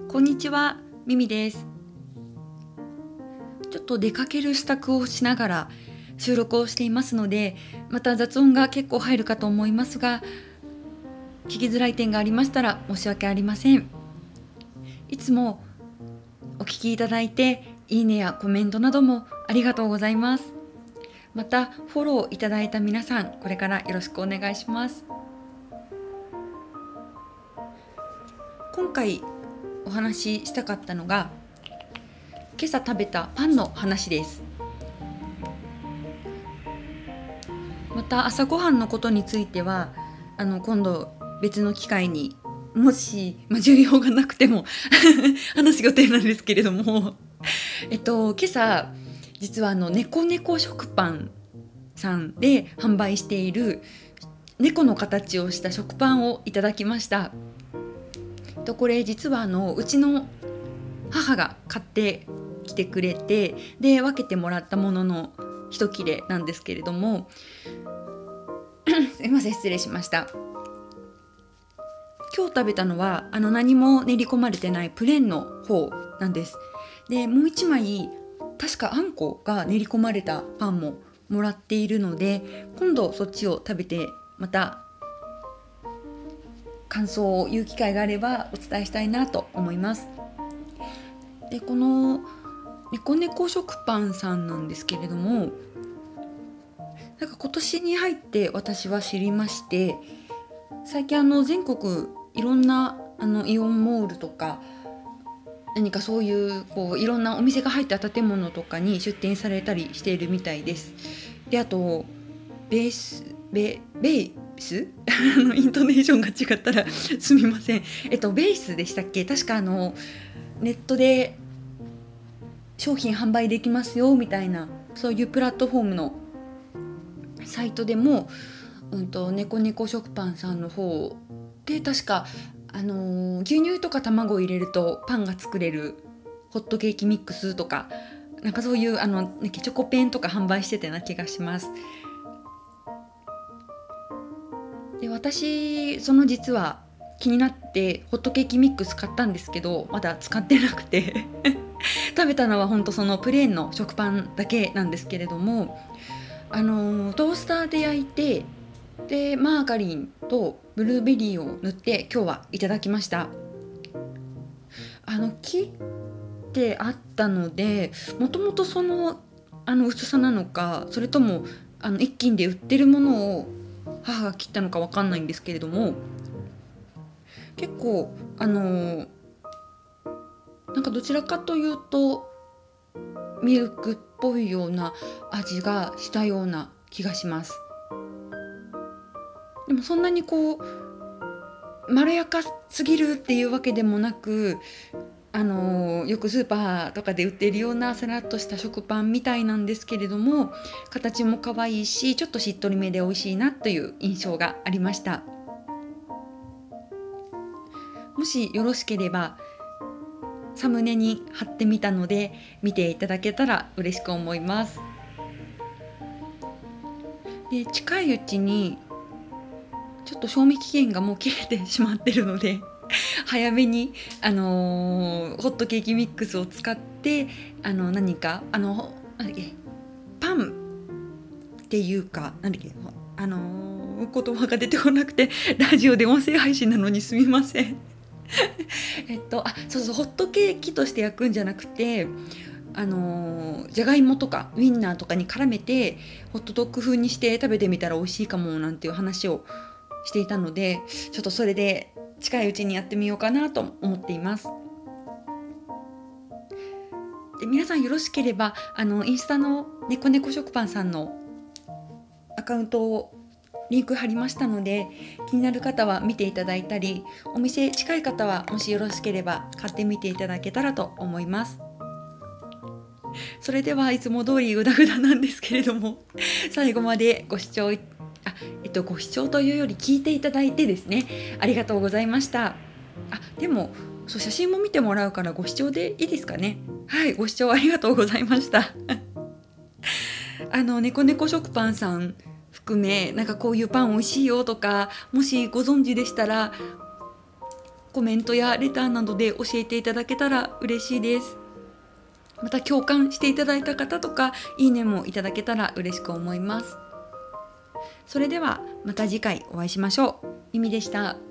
こんにちは、ミミです。ちょっと出かける支度をしながら収録をしていますので、また雑音が結構入るかと思いますが、聞きづらい点がありましたら申し訳ありません。いつもお聞きいただいて、いいねやコメントなどもありがとうございます。またフォローいただいた皆さん、これからよろしくお願いします。今回お話ししたかったのが、今朝食べたパンの話です。また朝ごはんのことについては今度別の機会に、もし、需要がなくても話す予定なんですけれども今朝実は猫猫食パンさんで販売している猫の形をした食パンをいただきました。これ実はうちの母が買ってきてくれて、で分けてもらったものの一切れなんですけれどもすいません、失礼しました。今日食べたのは何も練り込まれてないプレーンの方なんです。でもう一枚確かあんこが練り込まれたパンももらっているので、今度そっちを食べてまた感想を言う機会があればお伝えしたいなと思います。でこの猫猫食パンさんなんですけれども、なんか今年に入って私は知りまして、最近全国いろんなイオンモールとか何かそういう、いろんなお店が入った建物とかに出店されたりしているみたいです。であとベースイントネーションが違ったらすみません。ベースでしたっけ。確かネットで商品販売できますよみたいな、そういうプラットフォームのサイトでも、猫猫食パンさんの方で確か牛乳とか卵を入れるとパンが作れるホットケーキミックスとか、なんかそういうチョコペンとか販売してたような気がします。で私実は気になってホットケーキミックス買ったんですけど、まだ使ってなくて食べたのは本当そのプレーンの食パンだけなんですけれども、トースターで焼いて、でマーガリンとブルーベリーを塗って今日はいただきました。切ってあったので、もともとその薄さなのか、それとも一斤で売ってるものを母が切ったのか分かんないんですけれども、結構なんかどちらかというとミルクっぽいような味がしたような気がします。でもそんなにまろやかすぎるっていうわけでもなく、よくスーパーとかで売っているようなさらっとした食パンみたいなんですけれども、形も可愛いし、ちょっとしっとりめで美味しいなという印象がありました。もしよろしければサムネに貼ってみたので見ていただけたら嬉しく思います。で近いうちにちょっと賞味期限がもう切れてしまってるので早めに、ホットケーキミックスを使って何かなんだっけ、パンっていうかなんだっけ、言葉が出てこなくて、ラジオで音声配信なのにすみませんそうそう、ホットケーキとして焼くんじゃなくて、じゃがいもとかウインナーとかに絡めてホットドッグ風にして食べてみたら美味しいかもなんていう話をしていたので、ちょっとそれで近いうちにやってみようかなと思っています。で皆さんよろしければインスタの猫猫食パンさんのアカウントをリンク貼りましたので、気になる方は見ていただいたり、お店近い方はもしよろしければ買ってみていただけたらと思います。それではいつも通りグダグダなんですけれども、最後までご視聴というより聞いていただいてですね、ありがとうございました。でも写真も見てもらうからご視聴でいいですかね。はい、ご視聴ありがとうございました猫猫食パンさん含め、なんかこういうパン美味しいよとか、もしご存知でしたらコメントやレターなどで教えていただけたら嬉しいです。また共感していただいた方とかいいねもいただけたら嬉しく思います。それではまた次回お会いしましょう。ゆみでした。